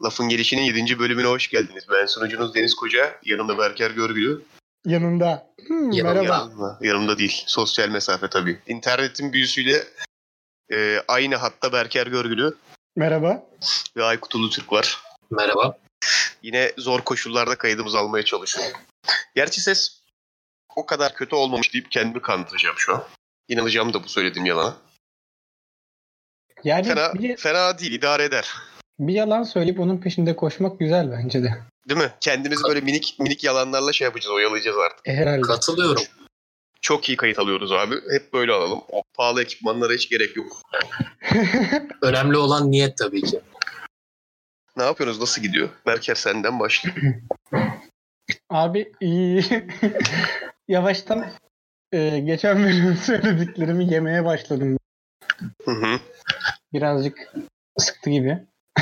Lafın Gelişi'nin 7. bölümüne hoş geldiniz. Ben sunucunuz Deniz Koca, yanımda Berker Görgülü. Yanında. Merhaba. Yanımda değil, sosyal mesafe tabii. İnternetin büyüsüyle aynı hatta Berker Görgülü. Merhaba. Ve Aykut Ulutürk var. Merhaba. Yine zor koşullarda kaydımızı almaya çalışıyorum. Gerçi ses o kadar kötü olmamış deyip kendimi kandıracağım şu an. İnanacağım da bu söylediğim yalana. Yani fena değil, idare eder. Bir yalan söyleyip onun peşinde koşmak güzel bence de. Değil mi? Kendimizi böyle minik yalanlarla yapacağız, oyalayacağız artık. Herhalde. Katılıyorum. Çok iyi kayıt alıyoruz abi. Hep böyle alalım. O pahalı ekipmanlara hiç gerek yok. Önemli olan niyet tabii ki. Ne yapıyorsunuz? Nasıl gidiyor? Berker senden başla. Abi iyi. Yavaştan geçen bölüm söylediklerimi yemeye başladım. Hı. Birazcık sıktı gibi.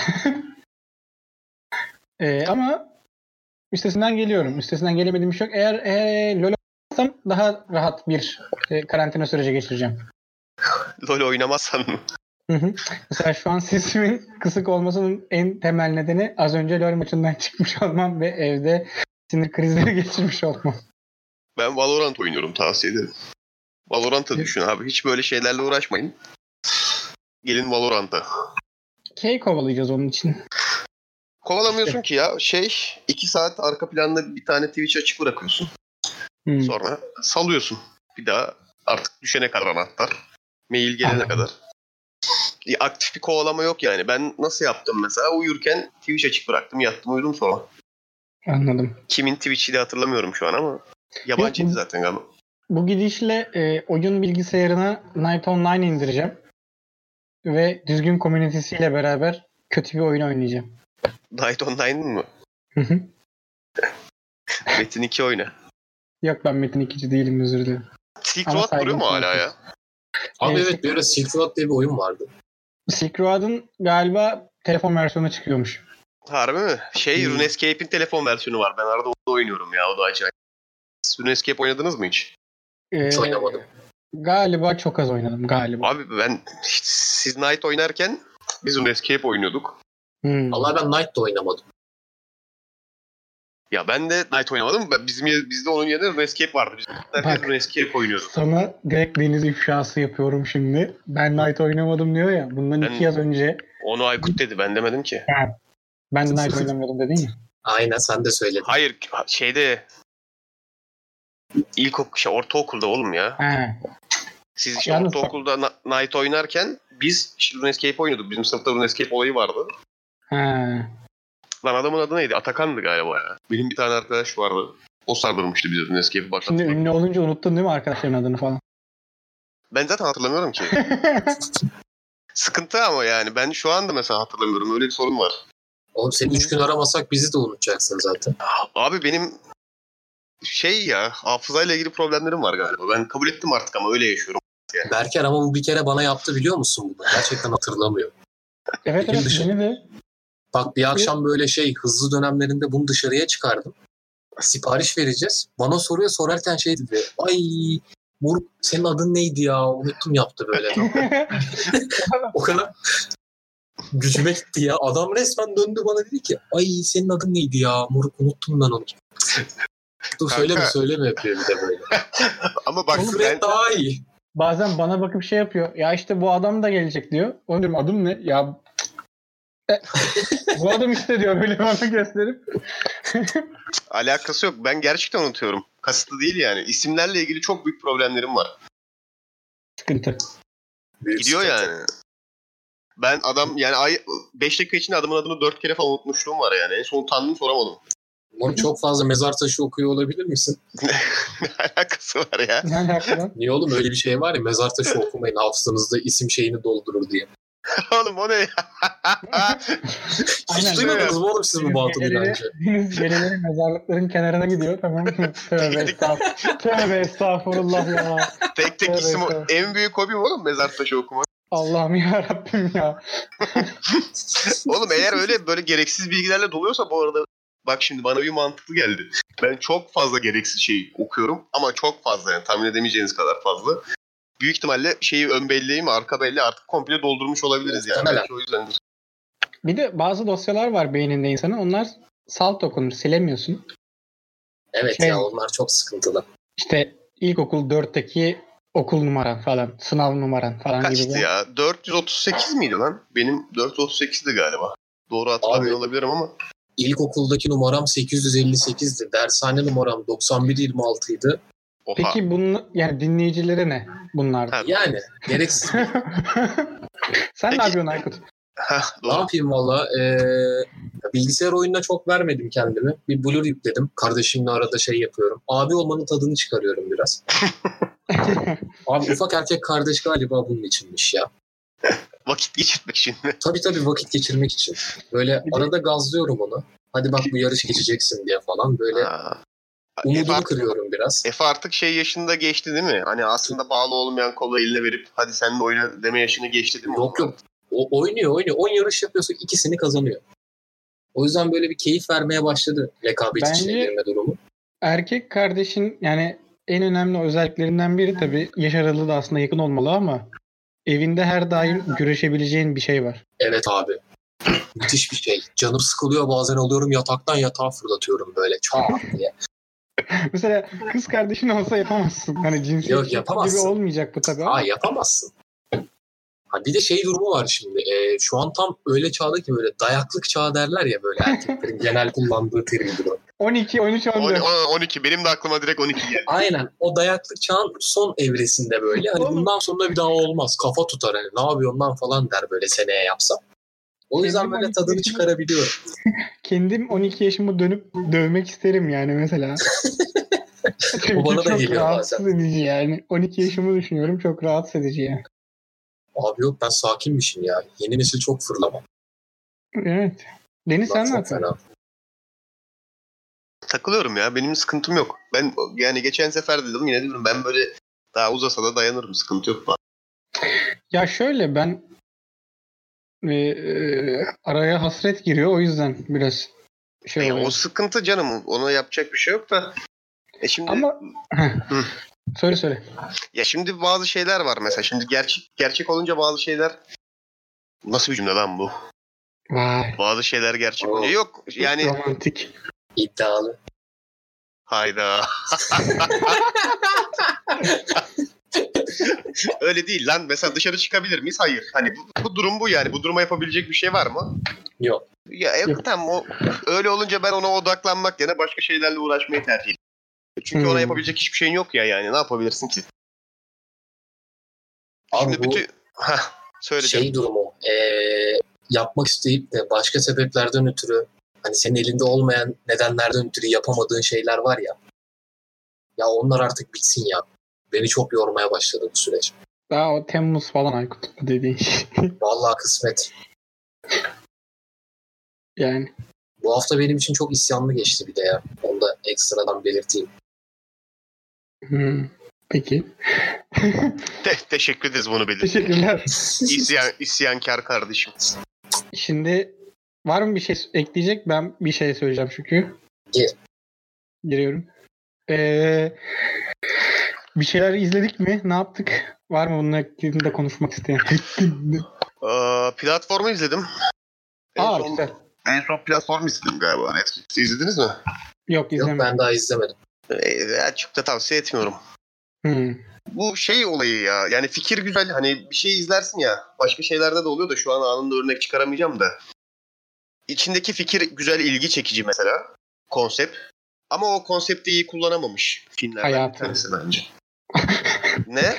Ama üstesinden geliyorum. Üstesinden gelemediğim bir şey yok. Eğer LoL oynarsam daha rahat bir karantina süreci geçireceğim. LoL oynamazsan mı? Hı. Mesela şu an sesimin kısık olmasının en temel nedeni az önce LoL maçından çıkmış olmam ve evde sinir krizleri geçirmiş olmam. Ben Valorant oynuyorum, tavsiye ederim. Valorant'ı düşün abi. Hiç böyle şeylerle uğraşmayın. Gelin Valorant'a. Kovalayacağız onun için. Kovalamıyorsun ki ya. 2 saat arka planda bir tane Twitch açık bırakıyorsun. Sonra salıyorsun. Bir daha artık düşene kadar anahtar. Mail gelene kadar. Aktif bir kovalama yok yani. Ben nasıl yaptım mesela? Uyurken Twitch açık bıraktım. Yattım, uyudum sonra. Anladım. Kimin Twitch'i de hatırlamıyorum şu an ama. Yabancıydı zaten galiba. Bu gidişle oyun bilgisayarına Night Online indireceğim. Ve düzgün komünitesiyle beraber kötü bir oyun oynayacağım. Night Online mı? Hı. Metin 2 oyna. Yok, ben Metin 2'ci değilim, özür dilerim. Silk Road duruyor mu hala ya? Abi evet, bir ara Silk Road diye bir oyun vardı. Silk Road'un galiba telefon versiyonu çıkıyormuş. Harbi mi? RuneScape'in telefon versiyonu var. Ben arada onu oynuyorum ya. O da acayip. RuneScape oynadınız mı hiç? Hiç oynamadım. Galiba çok az oynadım galiba. Abi siz Night oynarken biz RuneScape oynuyorduk. Vallahi ben Night da oynamadım. Ya ben de Night oynamadım. Bizde onun yerine RuneScape vardı. Biz herkes RuneScape oynuyorduk. Sana direkt deniz ifşası yapıyorum şimdi. Ben Night oynamadım diyor ya. Bundan 2 yaz önce. Onu Aykut dedi. Ben demedim ki. Ben Night oynamadım dedin ya. Aynen, sen de söyledin. Hayır, ortaokulda oğlum ya. Siz ortaokulda Night oynarken biz RuneScape oynuyorduk. Bizim sınıfta RuneScape olayı vardı. Lan adamın adı neydi? Atakan'dı galiba ya. Benim bir tane arkadaş vardı. O sardırmıştı bize RuneScape'i başlatmak. Şimdi ünlü olunca unuttun değil mi arkadaşların adını falan? Ben zaten hatırlamıyorum ki. Sıkıntı ama yani. Ben şu anda mesela hatırlamıyorum. Öyle bir sorun var. Oğlum seni 3 gün aramasak bizi de unutacaksın zaten. Abi benim hafızayla ilgili problemlerim var galiba. Ben kabul ettim artık ama öyle yaşıyorum. Yani. Berker ama bu bir kere bana yaptı, biliyor musun bunu? Gerçekten hatırlamıyor. Evet, beni de. Bak bir akşam böyle hızlı dönemlerinde bunu dışarıya çıkardım. Sipariş vereceğiz. Bana sorarken dedi. Ay moruk, senin adın neydi ya? Unuttum yaptı böyle. O kadar gücüme gitti ya. Adam resmen döndü bana, dedi ki ay senin adın neydi ya? Moruk, unuttum ben onu. Dur söyleme yapıyor bir de böyle. Ama bak ben daha iyi. Bazen bana bakıp yapıyor. Ya işte bu adam da gelecek diyor. Onu diyorum, adım ne? Ya bu adam işte diyor böyle bana gösterip. Alakası yok. Ben gerçekten unutuyorum. Kasıtlı değil yani. İsimlerle ilgili çok büyük problemlerim var. Sıkıntı. Gidiyor yani. Ben 5 dakika içinde adamın adını 4 kere falan unutmuşluğum var yani. En son utandım, soramadım. Oğlum çok fazla mezar taşı okuyor olabilir misin? Ne alakası var ya? Ne alakası? Niye oğlum, öyle bir şey var ya, mezar taşı okumayın, hafızanızda isim şeyini doldurur diye. Oğlum o ne ya? Hiç duymadınız mı oğlum siz bu batılı bence? Deniz geceleri mezarlıkların kenarına gidiyor, tamam mı? Tövbe estağfurullah ya. Tek isim en büyük hobim oğlum mezar taşı okumak. Allah'ım yarabbim ya. Oğlum eğer öyle böyle gereksiz bilgilerle doluyorsa bu arada bak şimdi bana bir mantıklı geldi. Ben çok fazla gereksiz okuyorum ama çok fazla, yani tahmin edemeyeceğiniz kadar fazla. Büyük ihtimalle ön belleği mi arka belleği artık komple doldurmuş olabiliriz yani. Belki o yüzdendir. Bir de bazı dosyalar var beyninde insanın. Onlar salt okunur. Silemiyorsun. Evet ya, onlar çok sıkıntılı. İşte ilkokul 4'teki okul numaran falan. Sınav numaran falan gibi. Kaçtı ya? 438 miydi lan? Benim 438'di galiba. Doğru hatırlamıyor olabilirim ama. İlkokuldaki numaram 858'di. Dershane numaram 9126'ydı. Oha. Peki yani dinleyicilere ne bunlar? Yani gereksiz. Sen ne yapıyorsun Aykut? Ne yapayım valla? Bilgisayar oyununa çok vermedim kendimi. Bir Blur yükledim. Kardeşimle arada şey yapıyorum. Abi olmanın tadını çıkarıyorum biraz. Abi ufak erkek kardeş galiba bunun içinmiş ya. Vakit geçirmek için. Tabii vakit geçirmek için. Böyle arada gazlıyorum onu. Hadi bak bu yarış geçeceksin diye falan. Böyle umudumu kırıyorum biraz. Efe artık şey yaşında geçti değil mi? Hani aslında bağlı olmayan kolu eline verip hadi sen de oyna deme yaşını geçti değil mi? Yok. O oynuyor. 10 yarış yapıyorsa ikisini kazanıyor. O yüzden böyle bir keyif vermeye başladı rekabet içine girme durumu. Erkek kardeşin yani en önemli özelliklerinden biri tabii yaş aralığı da aslında yakın olmalı ama evinde her daim güreşebileceğin bir şey var. Evet abi. Müthiş bir şey. Canım sıkılıyor bazen, alıyorum yataktan yatağa fırlatıyorum böyle çat diye. Mesela kız kardeşin olsa yapamazsın. Hani cinsiyet gibi olmayacak bu tabii. Aa, yapamazsın. Ha, bir de şey durumu var şimdi. Şu an tam öyle çağda ki böyle dayaklık çağı derler ya, böyle erkeklerin genel kullandığı terimdir o. 12, 13, 14. 12. Benim de aklıma direkt 12 geldi. Aynen. O dayaklık çağın son evresinde böyle. Hani bundan sonra bir daha olmaz. Kafa tutar hani. Ne yapıyorsun lan falan der böyle seneye yapsam. O yüzden böyle tadını çıkarabiliyorum. Kendim 12 yaşımı dönüp dövmek isterim yani mesela. O bana da geliyor bazen. Rahatsız edici yani. 12 yaşımı düşünüyorum, çok rahatsız edici yani. Abi yok, ben sakinmişim ya. Yeni nesil çok fırlama. Evet. Deniz sen ne yapıyorsun? Takılıyorum ya. Benim sıkıntım yok. Ben yani geçen sefer dedim, yine diyorum, ben böyle daha uzasa da dayanırım. Sıkıntı yok falan. Ya şöyle ben araya hasret giriyor, o yüzden biraz şey oluyor. O sıkıntı canım. Ona yapacak bir şey yok da. Şimdi ama söyle. Ya şimdi bazı şeyler var mesela. Şimdi gerçek olunca bazı şeyler, nasıl bir cümle lan bu? Vay. Bazı şeyler gerçek oluyor. Yok yani. Romantik. İddialı. Hayda. Öyle değil lan. Mesela dışarı çıkabilir miyiz? Hayır. Hani bu durum bu yani. Bu duruma yapabilecek bir şey var mı? Yok. Ya evet, tamam, öyle olunca ben ona odaklanmak yerine başka şeylerle uğraşmayı tercih ediyorum. Çünkü ona yapabilecek hiçbir şeyin yok ya yani. Ne yapabilirsin ki? Abi şimdi bütün şey durumu, yapmak isteyip de başka sebeplerden ötürü, hani senin elinde olmayan nedenlerden ötürü yapamadığın şeyler var ya. Ya onlar artık bitsin ya. Beni çok yormaya başladı bu süreç. Daha o Temmuz falan Aykut dediğin şey. Vallahi kısmet. Yani. Bu hafta benim için çok isyanlı geçti bir de ya. Onu da ekstradan belirteyim. Peki. Teşekkür ederiz bunu belirttiğin. Teşekkürler. İsyankar kardeşim. Şimdi var mı bir şey ekleyecek? Ben bir şey söyleyeceğim çünkü. Giriyorum. Bir şeyler izledik mi? Ne yaptık? Var mı bunun hakkında konuşmak isteyen? Platformu izledim. Güzel. En son platformu izledim galiba. Netflix'i izlediniz mi? Yok, izlemedim. Yok, ben daha izlemedim. Çok da tavsiye etmiyorum. Bu şey olayı ya. Yani fikir güzel. Hani bir şey izlersin ya. Başka şeylerde de oluyor da şu an anında örnek çıkaramayacağım da. İçindeki fikir güzel, ilgi çekici mesela. Konsept. Ama o konsepti iyi kullanamamış filmlerden bir tanesi bence. Ne?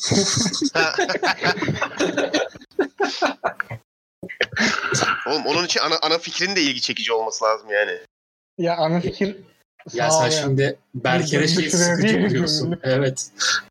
Oğlum onun için ana fikrin de ilgi çekici olması lazım yani. Ya ana fikir... Ya sen şimdi Berker'e şey sıkıcı buluyorsun. Evet.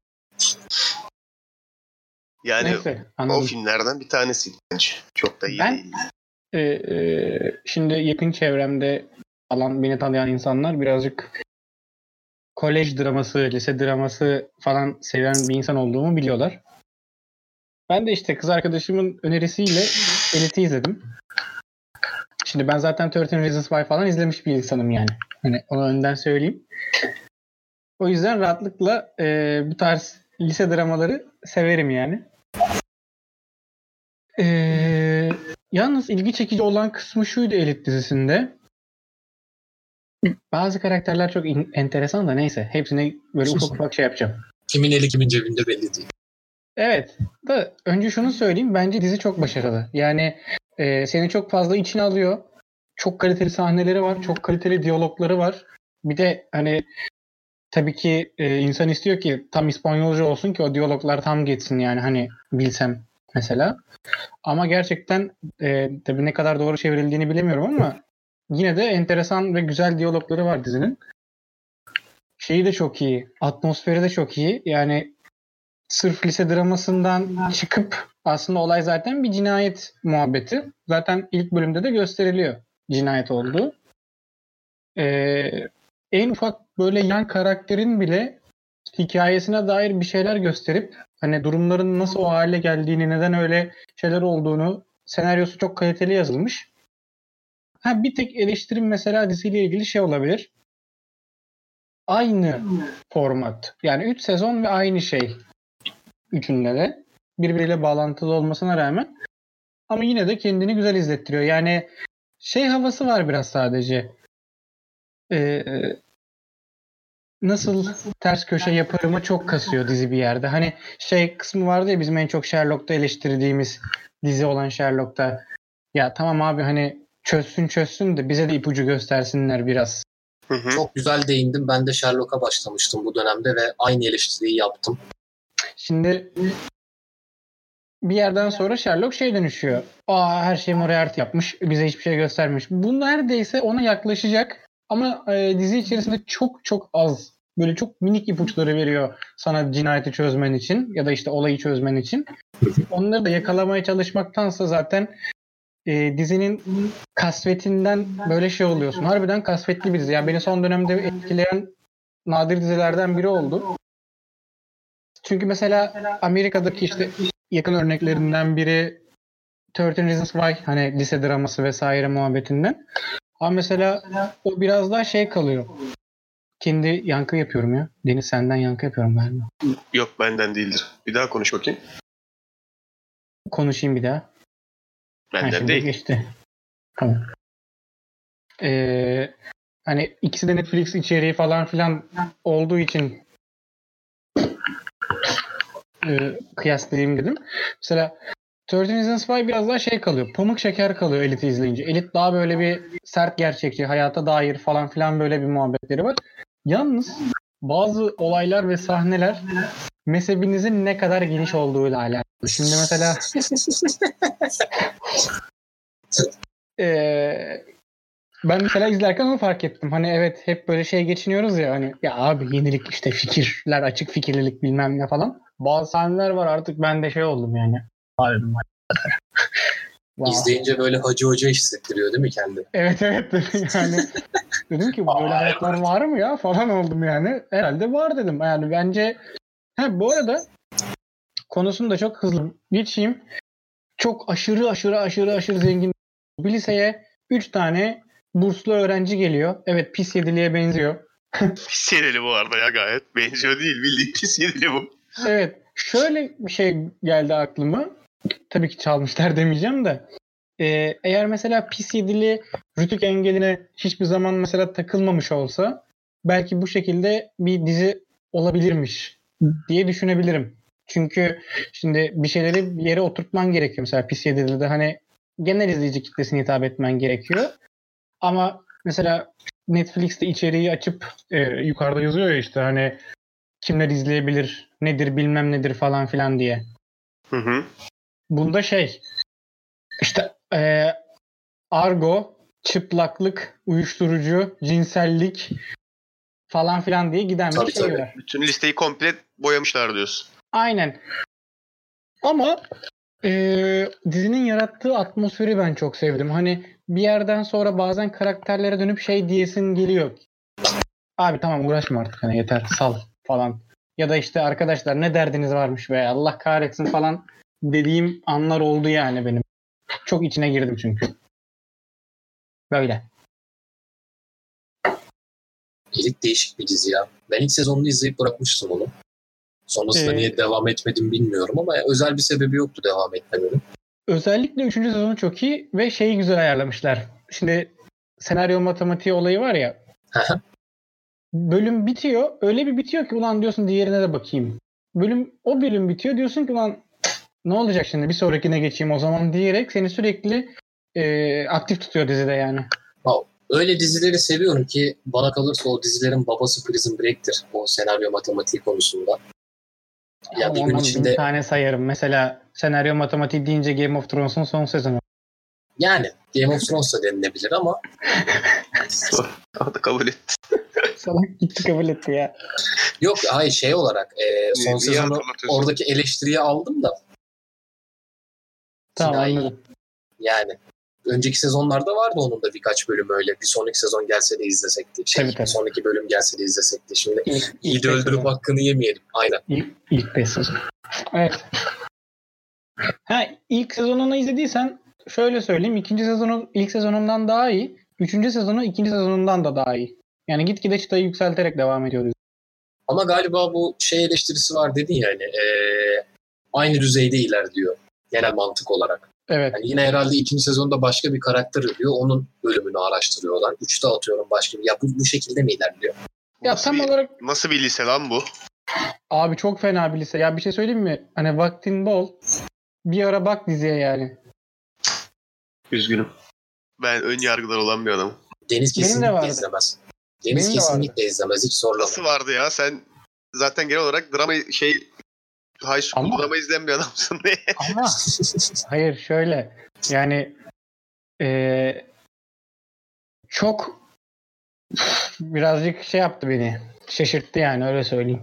Yani neyse, o filmlerden bir tanesi bence. Çok da iyi değil. Şimdi yakın çevremde falan beni tanıyan insanlar birazcık kolej draması, lise draması falan seven bir insan olduğumu biliyorlar. Ben de işte kız arkadaşımın önerisiyle Elite'i izledim. Şimdi ben zaten 13 Reasons Why falan izlemiş bir insanım yani. Hani onu önden söyleyeyim. O yüzden rahatlıkla bu tarz lise dramaları severim yani. Yalnız ilgi çekici olan kısmı şuydu Elite dizisinde. Bazı karakterler çok enteresan da neyse. Hepsine böyle ufak ufak şey yapacağım. Kimin eli kimin cebinde belli değil. Evet. Da önce şunu söyleyeyim. Bence dizi çok başarılı. Yani seni çok fazla içine alıyor. Çok kaliteli sahneleri var. Çok kaliteli diyalogları var. Bir de hani tabii ki insan istiyor ki tam İspanyolca olsun ki o diyaloglar tam geçsin yani hani bilsem mesela. Ama gerçekten tabii ne kadar doğru çevrildiğini bilemiyorum ama yine de enteresan ve güzel diyalogları var dizinin. Şeyi de çok iyi. Atmosferi de çok iyi. Yani sırf lise dramasından çıkıp aslında olay zaten bir cinayet muhabbeti. Zaten ilk bölümde de gösteriliyor cinayet olduğu. En ufak böyle yan karakterin bile hikayesine dair bir şeyler gösterip hani durumların nasıl o hale geldiğini, neden öyle şeyler olduğunu, senaryosu çok kaliteli yazılmış. Bir tek eleştirim mesela diziyle ilgili şey olabilir. Aynı format. Yani 3 sezon ve aynı şey. Üçünde de. Birbiriyle bağlantılı olmasına rağmen. Ama yine de kendini güzel izlettiriyor. Yani şey havası var biraz sadece. Nasıl ters köşe yaparımı çok kasıyor dizi bir yerde. Hani şey kısmı vardı ya bizim en çok Sherlock'ta eleştirdiğimiz dizi olan Sherlock'ta. Ya tamam abi hani çözsün de bize de ipucu göstersinler biraz. Hı. Çok güzel değindim. Ben de Sherlock'a başlamıştım bu dönemde ve aynı eleştiriyi yaptım. Şimdi bir yerden sonra Sherlock şey dönüşüyor. Her şeyi Moriarty yapmış. Bize hiçbir şey göstermiş. Bu neredeyse ona yaklaşacak. Ama dizi içerisinde çok çok az. Böyle çok minik ipuçları veriyor sana cinayeti çözmen için. Ya da işte olayı çözmen için. Onları da yakalamaya çalışmaktansa zaten dizinin kasvetinden böyle şey oluyorsun. Harbiden kasvetli bir dizi. Yani beni son dönemde etkileyen nadir dizilerden biri oldu. Çünkü mesela Amerika'daki işte yakın örneklerinden biri 13 Reasons Why hani lise draması vesaire muhabbetinden. Ama mesela o biraz daha şey kalıyor. Kendi yankı yapıyorum ya. Deniz senden yankı yapıyorum galiba. Yok benden değildir. Bir daha konuş bakayım. Konuşayım bir daha. Benden değil. Geçti. Tamam. Hani ikisi de Netflix içeriği falan filan olduğu için kıyaslayayım dedim. Mesela 13 Reasons Why biraz daha şey kalıyor. Pamuk şeker kalıyor Elite'i izleyince. Elit daha böyle bir sert gerçekçi, hayata dair falan filan böyle bir muhabbetleri var. Yalnız bazı olaylar ve sahneler mezhebinizin ne kadar geniş olduğuyla alakalı. Şimdi mesela ben mesela izlerken onu fark ettim. Hani evet hep böyle şey geçiniyoruz ya hani ya abi yenilik işte fikirler, açık fikirlilik bilmem ne falan. Bazı sahneler var artık ben de şey oldum yani. Abi İzleyince böyle hacı hoca hissettiriyor değil mi kendini? Evet yani dedim ki böyle hayatlar var mı ya falan oldum yani. Herhalde var dedim. Yani bence bu arada konusunu da çok hızlı geçeyim. Çok aşırı zengin bir liseye 3 tane burslu öğrenci geliyor. Evet pis yediliğe benziyor. Pis yedili bu arada ya gayet. Benziyor değil bildiğin pis yedili bu. Evet şöyle bir şey geldi aklıma. Tabii ki çalmışlar demeyeceğim de. Eğer mesela pis yedili rütük engeline hiçbir zaman mesela takılmamış olsa belki bu şekilde bir dizi olabilirmiş diye düşünebilirim. Çünkü şimdi bir şeyleri bir yere oturtman gerekiyor. Mesela pis yedilide hani genel izleyici kitlesine hitap etmen gerekiyor. Ama mesela Netflix'te içeriği açıp yukarıda yazıyor ya işte hani kimler izleyebilir, nedir bilmem nedir falan filan diye. Hı. Bunda şey işte argo, çıplaklık, uyuşturucu, cinsellik falan filan diye giden bir şey var. Bütün listeyi komple boyamışlar diyorsun. Aynen. Ama dizinin yarattığı atmosferi ben çok sevdim. Hani bir yerden sonra bazen karakterlere dönüp şey diyesin geliyor. Abi tamam uğraşma artık hani yeter sal falan. Ya da işte arkadaşlar ne derdiniz varmış be Allah kahretsin falan dediğim anlar oldu yani benim. Çok içine girdim çünkü. Böyle. Elit değişik bir dizi ya. Ben ilk sezonunu izleyip bırakmıştım onu. Sonrasında niye devam etmedim bilmiyorum ama özel bir sebebi yoktu devam etmemenin. özellikle 3. sezonu çok iyi ve şeyi güzel ayarlamışlar. Şimdi senaryo matematiği olayı var ya. Bölüm bitiyor. Öyle bir bitiyor ki ulan diyorsun diğerine de bakayım. O bölüm bitiyor. Diyorsun ki ulan ne olacak şimdi bir sonrakine geçeyim o zaman diyerek seni sürekli aktif tutuyor dizide yani. Öyle dizileri seviyorum ki bana kalırsa o dizilerin babası Prison Break'tir o senaryo matematiği konusunda. Ya bir gün içinde bir tane sayarım. Mesela senaryo matematiği deyince Game of Thrones'un son sezonu. Yani Game of Thrones da denilebilir ama o da kabul etti. Salak gitti kabul etti ya. Yok hayır şey olarak son sezonu oradaki eleştiriyi aldım da. Tamam anladım. Yani önceki sezonlarda vardı onun da birkaç bölüm öyle. Bir sonraki sezon gelse de izlesek diye. Tabii. Sonraki bölüm gelse de izlesek diye. Şimdi iyi de öldürüp sezon. Hakkını yemeyelim. Aynen. İlk 5 sezon. Evet. İlk sezonunu izlediysen şöyle söyleyeyim. İkinci sezonu ilk sezonundan daha iyi. Üçüncü sezonu ikinci sezonundan da daha iyi. Yani gitgide çıtayı yükselterek devam ediyoruz. Ama galiba bu şey eleştirisi var dedin ya hani aynı düzeyde ilerliyor. Genel mantık olarak. Evet. Yani yine herhalde ikinci sezonda başka bir karakter ölüyor. Onun ölümünü araştırıyorlar. 3'te atıyorum başka bir. Ya bu şekilde mi ilerliyor? Ya tam olarak nasıl bir lise lan bu? Abi çok fena bir lise. Ya bir şey söyleyeyim mi? Hani vaktin bol. Bir ara bak diziye yani. Üzgünüm. Ben ön yargılar olan bir adamım. Deniz kesinlikle izlemez. Deniz kesinlikle izlemez. Hiç zorlama. Nasıl vardı ya? Sen zaten genel olarak drama high school drama izleyen bir adamsın diye. Ama hayır şöyle. Yani çok birazcık şey yaptı beni. Şaşırttı yani öyle söyleyeyim.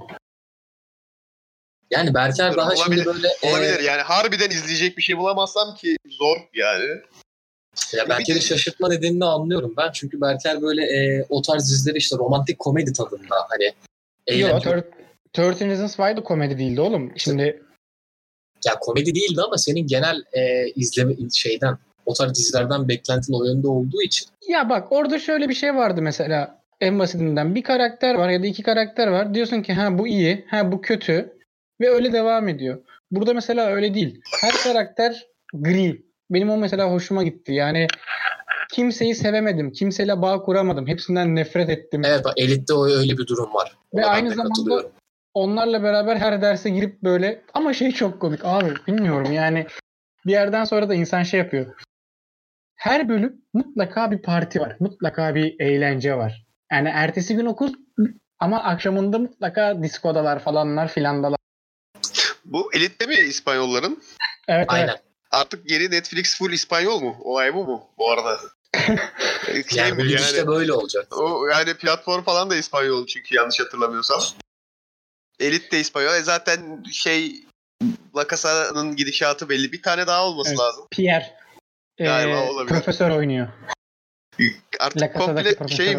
Yani Berker daha olabilir, şimdi böyle... Olabilir yani harbiden izleyecek bir şey bulamazsam ki zor yani. Ya Berker'i şaşırtma nedenini anlıyorum ben. Çünkü Berker böyle o tarz dizileri işte romantik komedi tadında hani. Yok 13 Reasons Why da komedi değildi oğlum. Şimdi ya komedi değildi ama senin genel izleme şeyden o tarz dizilerden beklentin o yönde olduğu için. Ya bak orada şöyle bir şey vardı mesela en basitinden bir karakter var ya da iki karakter var. Diyorsun ki bu iyi, bu kötü ve öyle devam ediyor. Burada mesela öyle değil. Her karakter gri. Benim o mesela hoşuma gitti. Yani kimseyi sevemedim. Kimseyle bağ kuramadım. Hepsinden nefret ettim. Evet bak Elite'de öyle bir durum var. Ve aynı zamanda onlarla beraber her derse girip böyle ama çok komik abi bilmiyorum yani bir yerden sonra da insan yapıyor. Her bölüm mutlaka bir parti var. Mutlaka bir eğlence var. Yani ertesi gün okul ama akşamında mutlaka diskodalar falanlar filandalar. Bu Elite'de mi İspanyolların? Evet. Aynen. Evet. Artık yeni Netflix full İspanyol mu? Olay bu mu bu arada? Yani işte böyle olacak. O yani platform falan da İspanyol çünkü yanlış hatırlamıyorsam. Elite de İspanyol. Zaten La Casa'nın gidişatı belli. Bir tane daha olması lazım. Pierre. Galiba olabilir. Profesör oynuyor. Artık komple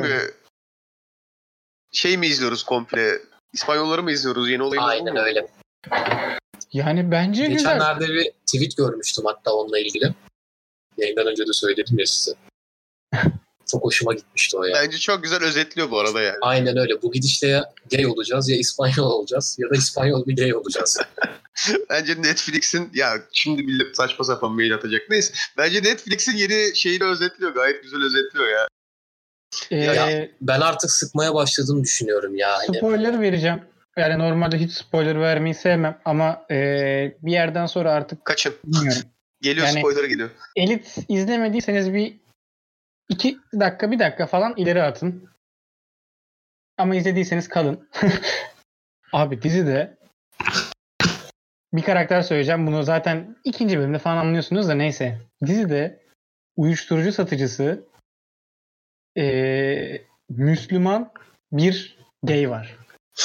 mi izliyoruz komple? İspanyolları mı izliyoruz? Yeni olayı mı? Aynen öyle. Yani bence güzel. Geçenlerde bir tweet görmüştüm hatta onunla ilgili. Yayından önce de söyledim ya size. Çok hoşuma gitmişti o ya. Bence çok güzel özetliyor bu arada yani. Aynen öyle. Bu gidişle ya gay olacağız ya İspanyol olacağız ya da İspanyol bir gay olacağız. Bence Netflix'in şimdi millet saçma sapan mail atacak. Neyse. Bence Netflix'in yeni şeyini özetliyor. Gayet güzel özetliyor ya. Ya ben artık sıkmaya başladığımı düşünüyorum ya. Spoiler vereceğim. Yani normalde hiç spoiler vermeyi sevmem ama bir yerden sonra artık kaçın. Bilmiyorum. Geliyor yani, spoiler geliyor. Elit izlemediyseniz bir 2 dakika 1 dakika falan ileri atın. Ama izlediyseniz kalın. Abi dizide bir karakter söyleyeceğim. Bunu zaten 2. bölümde falan anlıyorsunuz da neyse. Dizide uyuşturucu satıcısı Müslüman bir gay var.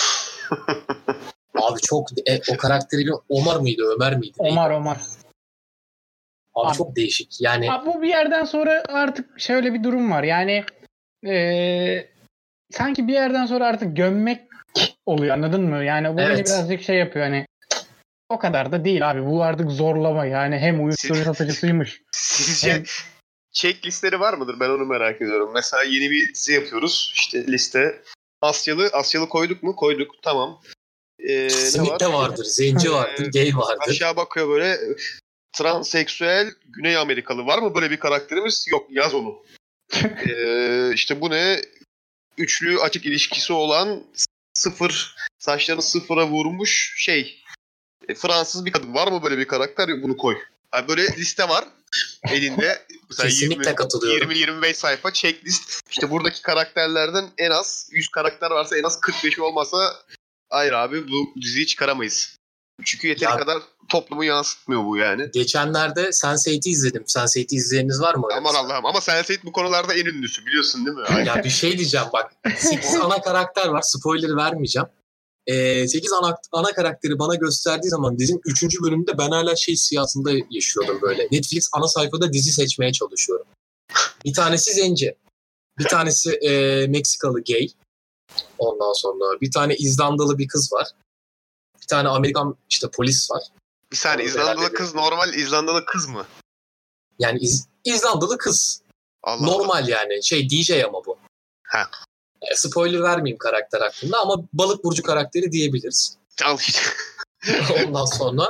Abi çok o karakteri Omar mıydı Ömer miydi? Omar. Abi çok değişik. Yani bu bir yerden sonra artık şöyle bir durum var. Yani sanki bir yerden sonra artık gömmek oluyor anladın mı? Yani bu beni birazcık yapıyor hani o kadar da değil abi. Bu artık zorlama yani hem uyuşturucu satıcısıymış. Sizce checklistleri var mıdır? Ben onu merak ediyorum. Mesela yeni bir dizi yapıyoruz. İşte liste. Asyalı koyduk mu? Koyduk. Tamam. Simit de vardır. Zenci vardır. Gay vardır. Aşağı bakıyor böyle. transseksüel Güney Amerikalı. Var mı böyle bir karakterimiz? Yok, yaz onu. İşte bu ne? Üçlü açık ilişkisi olan saçlarını sıfıra vurmuş Fransız bir kadın. Var mı böyle bir karakter? Bunu koy. Yani böyle liste var elinde. Kesinlikle katılıyorum. 20-25 sayfa checklist. İşte buradaki karakterlerden en az 100 karakter varsa en az 45'i olmasa hayır abi bu diziyi çıkaramayız. Çünkü yeteri kadar toplumu yansıtmıyor bu yani. Geçenlerde Sense8'i izledim. Sense8'i izleyeniniz var mı? Aman Allah'ım, ama Sense8 bu konularda en ünlüsü, biliyorsun değil mi? Ya bir şey diyeceğim bak. 8 ana karakter var. Spoiler vermeyeceğim. 8 ana karakteri bana gösterdiği zaman dizinin 3. bölümünde ben hala siyasında yaşıyordum böyle. Netflix ana sayfada dizi seçmeye çalışıyorum. Bir tanesi zenci. Bir tanesi Meksikalı gay. Ondan sonra bir tane İzlandalı bir kız var. Bir tane Amerikan polis var. Bir saniye, İzlandalı kız normal İzlandalı kız mı? Yani İzlandalı kız. Allah normal Allah. yani. DJ ama bu. Ha. Spoiler vermeyeyim karakter hakkında ama balık burcu karakteri diyebiliriz. Al işte. Ondan sonra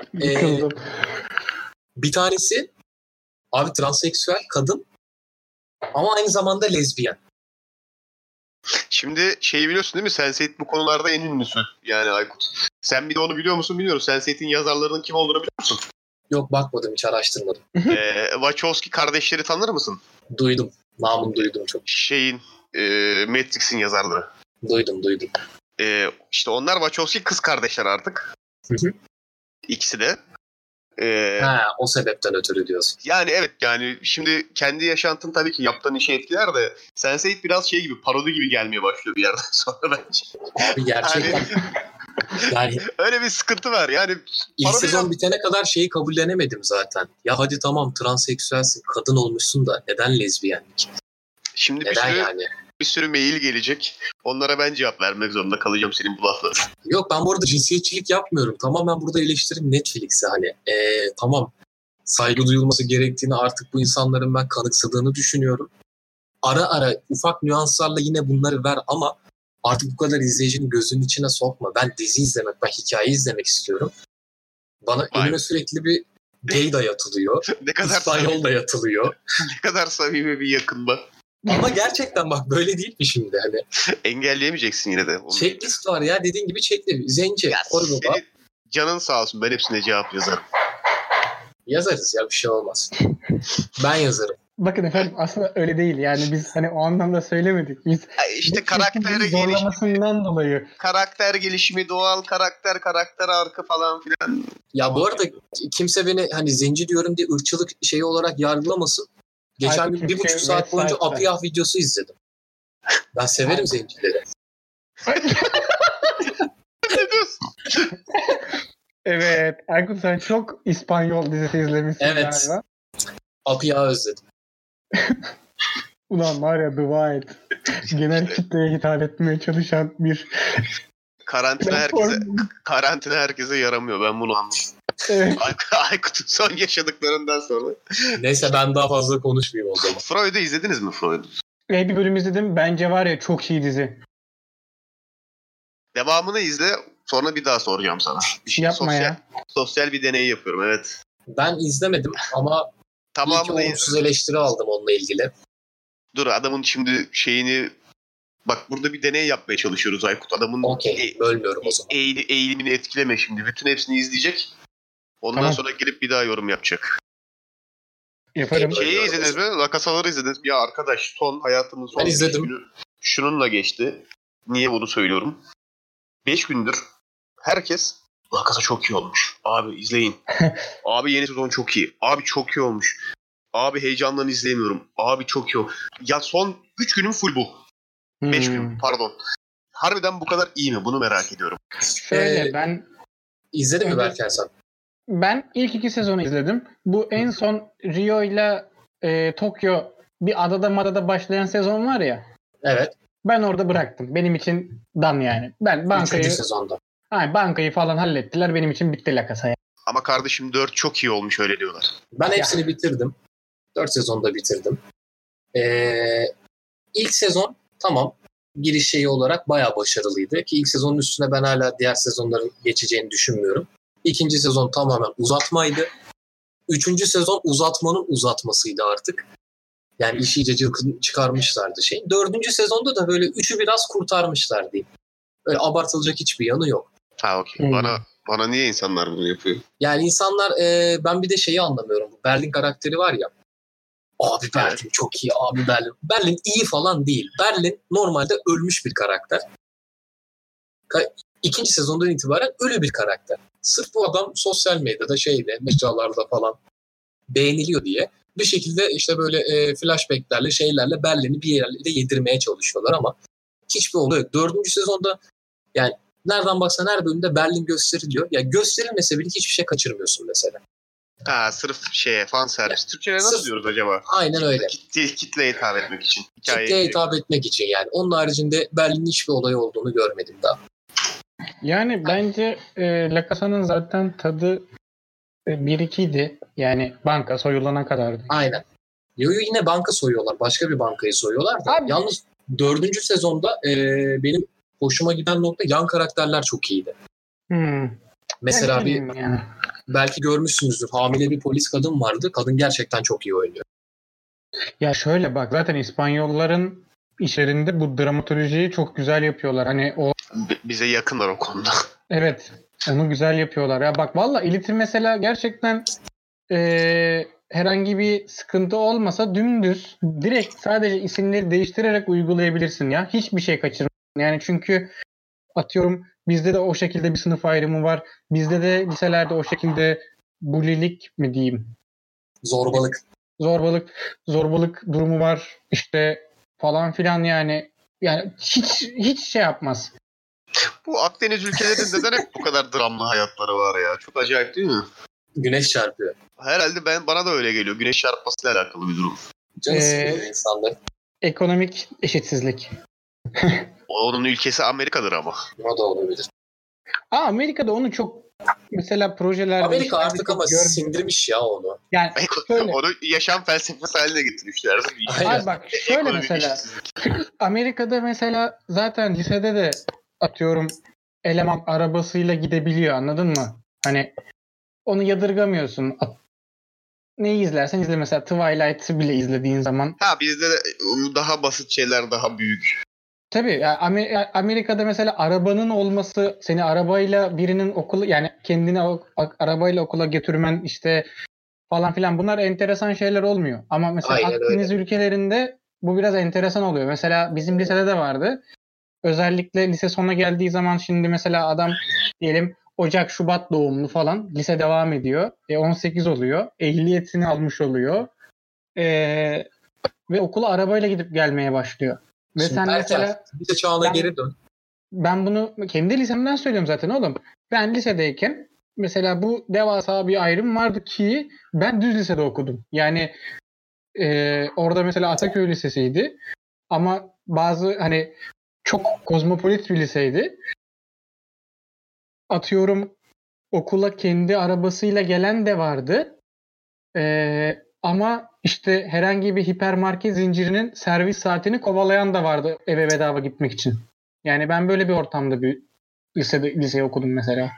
bir tanesi abi transseksüel kadın ama aynı zamanda lezbiyen. Şimdi biliyorsun değil mi? Sense8 bu konularda en ünlüsü. Yani Aykut. Sen bir de onu biliyor musun bilmiyorum. Sense8'in yazarlarının kim olduğunu biliyor musun? Yok, bakmadım, hiç araştırmadım. Wachowski kardeşleri tanır mısın? Duydum. Namını duydum çok. Matrix'in yazarları. Duydum. İşte onlar Wachowski kız kardeşler artık. Hı. İkisi de. O sebepten ötürü diyorsun. Yani evet, yani şimdi kendi yaşantın tabii ki yaptığın işi etkiler de Sense8 biraz gibi, parodi gibi gelmeye başlıyor bir yerden sonra bence. Abi gerçekten. Yani öyle bir sıkıntı var. Yani ilk sezon bitene kadar kabullenemedim zaten. Ya hadi tamam, transseksüelsin, kadın olmuşsun da neden lezbiyenlik? Şimdi neden bir sürü mail gelecek. Onlara ben cevap vermek zorunda kalacağım senin bu laflara. Yok, ben bu arada cinsiyetçilik yapmıyorum. Tamamen burada eleştirim Netflix'e tamam, saygı duyulması gerektiğini artık bu insanların ben kanıksadığını düşünüyorum. Ara ara ufak nüanslarla yine bunları ver ama artık bu kadar izleyicinin gözünün içine sokma. Ben dizi izlemek, ben hikaye izlemek istiyorum. Bana önüme sürekli bir gay dayatılıyor. Ne kadar İspanyol dayatılıyor. Ne kadar samimi bir yakınma. Ama gerçekten bak, böyle değil mi şimdi Engelleyemeyeceksin yine de. Checklist var ya, dediğin gibi checklist. Zenci. Canın sağ olsun, ben hepsine cevap yazarım. Yazarız ya, bir şey olmaz. Ben yazarım. Bakın efendim, aslında öyle değil. Yani biz o anlamda söylemedik. Biz işte karakter zorlamasından dolayı. Karakter gelişimi, doğal karakter arka falan filan. Ya bu arada kimse beni zenci diyorum diye ırkçılık olarak yargılamasın. Geçen gün 1,5 saat boyunca Apiyah videosu izledim. Ben severim zencileri. Ne diyorsun? Evet. Aykut, sen çok İspanyol dizisi izlemişsin galiba. Apiyah'ı özledim. Ulan var ya, dua et. Genel kitleye hitap etmeye çalışan bir karantina herkese yaramıyor. Ben bunu anladım. Evet. Aykut'un son yaşadıklarından sonra. Neyse, ben daha fazla konuşmayayım o zaman. Freud'u izlediniz mi, Freud'u? Bir bölüm izledim. Bence var ya, çok iyi dizi. Devamını izle. Sonra bir daha soracağım sana. Yapma ya. Sosyal bir deney yapıyorum, evet. Ben izlemedim ama tamamını olumsuz eleştiri aldım onunla ilgili. Dur, adamın şimdi bak burada bir deney yapmaya çalışıyoruz Aykut. Adamın bölmüyorum o zaman. Eğilimini etkileme şimdi. Bütün hepsini izleyecek. Ondan sonra gelip bir daha yorum yapacak. Yaparım. İzlediniz mi? La Casa'ları izlediniz mi? Ya arkadaş, hayatımın son 5 günü şununla geçti. Niye bunu söylüyorum? 5 gündür herkes La Casa çok iyi olmuş. Abi izleyin. Abi yeni sezon çok iyi. Abi çok iyi olmuş. Abi heyecandan izleyemiyorum. Abi çok iyi olmuş. Ya son 3 günüm full bu. 5 gün pardon. Harbiden bu kadar iyi mi? Bunu merak ediyorum. Şöyle ben... İzledin mi Berken sen? Ben ilk 2 sezonu izledim. Bu en son Rio ile Tokyo bir adada başlayan sezon var ya. Evet. Ben orada bıraktım. Benim için done yani. Ben bankayı... 3. sezonda. Bankayı falan hallettiler. Benim için bitti La Casa. Ama kardeşim 4 çok iyi olmuş, öyle diyorlar. Ben hepsini bitirdim. 4 sezonda bitirdim. İlk sezon tamam. Giriş olarak bayağı başarılıydı. Ki ilk sezonun üstüne ben hala diğer sezonların geçeceğini düşünmüyorum. İkinci sezon tamamen uzatmaydı. 3. sezon uzatmanın uzatmasıydı artık. Yani işi iyice çıkarmışlardı şey. 4. sezonda da böyle 3'ü biraz kurtarmışlar diyeyim. Öyle abartılacak hiçbir yanı yok. Ha okey. Bana niye insanlar bunu yapıyor? Yani insanlar ben bir de şeyi anlamıyorum. Berlin karakteri var ya. Abi Berlin çok iyi. Abi Berlin. Berlin iyi falan değil. Berlin normalde ölmüş bir karakter. 2. sezondan itibaren ölü bir karakter. Sırf bu adam sosyal medyada mecralarda falan beğeniliyor diye bir şekilde işte böyle flashbacklerle şeylerle Berlin'i bir yerlere yedirmeye çalışıyorlar ama hiçbir olay yok. 4. sezonda yani nereden baksan her bölümde Berlin gösteriliyor. Ya gösterilmese bile hiçbir şey kaçırmıyorsun mesela. Ha sırf fan servis. Türkçe'ye nasıl diyoruz acaba? Aynen öyle. Kitleye hitap etmek için. Kitleye hitap etmek için yani. Onun haricinde Berlin'in hiçbir olay olduğunu görmedim daha. Yani bence La Casa'nın zaten tadı 1-2'ydi. Yani banka soyulana kadardı. Aynen. Yine banka soyuyorlar. Başka bir bankayı soyuyorlar da. Abi. Yalnız 4. sezonda benim hoşuma giden nokta yan karakterler çok iyiydi. Mesela belki görmüşsünüzdür. Hamile bir polis kadın vardı. Kadın gerçekten çok iyi oynuyor. Ya şöyle bak zaten İspanyolların işlerinde bu dramatolojiyi çok güzel yapıyorlar. Hani o bize yakınlar o konuda. Evet. Onu güzel yapıyorlar. Ya bak valla Elit'in mesela gerçekten herhangi bir sıkıntı olmasa dümdüz direkt sadece isimleri değiştirerek uygulayabilirsin ya. Hiçbir şey kaçırma. Yani çünkü atıyorum bizde de o şekilde bir sınıf ayrımı var. Bizde de liselerde o şekilde bulilik mi diyeyim? Zorbalık durumu var. İşte falan filan yani. Yani hiç şey yapmaz. Bu Akdeniz ülkelerinde neden hep bu kadar dramlı hayatları var ya? Çok acayip değil mi? Güneş çarpıyor. Herhalde bana da öyle geliyor. Güneş çarpmasıyla alakalı bir durum. Canı sıkılıyor insanlar. Ekonomik eşitsizlik. Onun ülkesi Amerika'dır ama. O da olabilir. Amerika'da onu çok mesela projelerde... Amerika artık ama sindirmiş ya onu. Yani şöyle, onu yaşam felsefesi haline getirmişler. Hayır bak şöyle mesela Amerika'da mesela zaten lisede de atıyorum eleman arabasıyla gidebiliyor, anladın mı? Hani onu yadırgamıyorsun. Neyi izlersen izle, mesela Twilight'ı bile izlediğin zaman. Ha bizde de daha basit şeyler daha büyük. Tabii yani Amerika'da mesela arabanın olması, seni arabayla birinin okulu, yani kendini arabayla okula götürmen işte falan filan, bunlar enteresan şeyler olmuyor. Ama mesela Aynen Akdeniz öyle. ülkelerinde bu biraz enteresan oluyor. Mesela bizim lisede de vardı. Özellikle lise sonuna geldiği zaman şimdi mesela adam diyelim Ocak, Şubat doğumlu falan, lise devam ediyor. 18 oluyor. Ehliyetini almış oluyor. Ve okula arabayla gidip gelmeye başlıyor. Ve şimdi sen mesela lise çağına geri dön. Ben bunu kendi lisemden söylüyorum zaten oğlum. Ben lisedeyken mesela bu devasa bir ayrım vardı ki ben düz lisede okudum. Yani orada mesela Ataköy Lisesi'ydi. Ama bazı hani çok kozmopolit bir liseydi. Atıyorum okula kendi arabasıyla gelen de vardı. Ama işte herhangi bir hipermarket zincirinin servis saatini kovalayan da vardı eve bedava gitmek için. Yani ben böyle bir ortamda bir liseyi okudum mesela.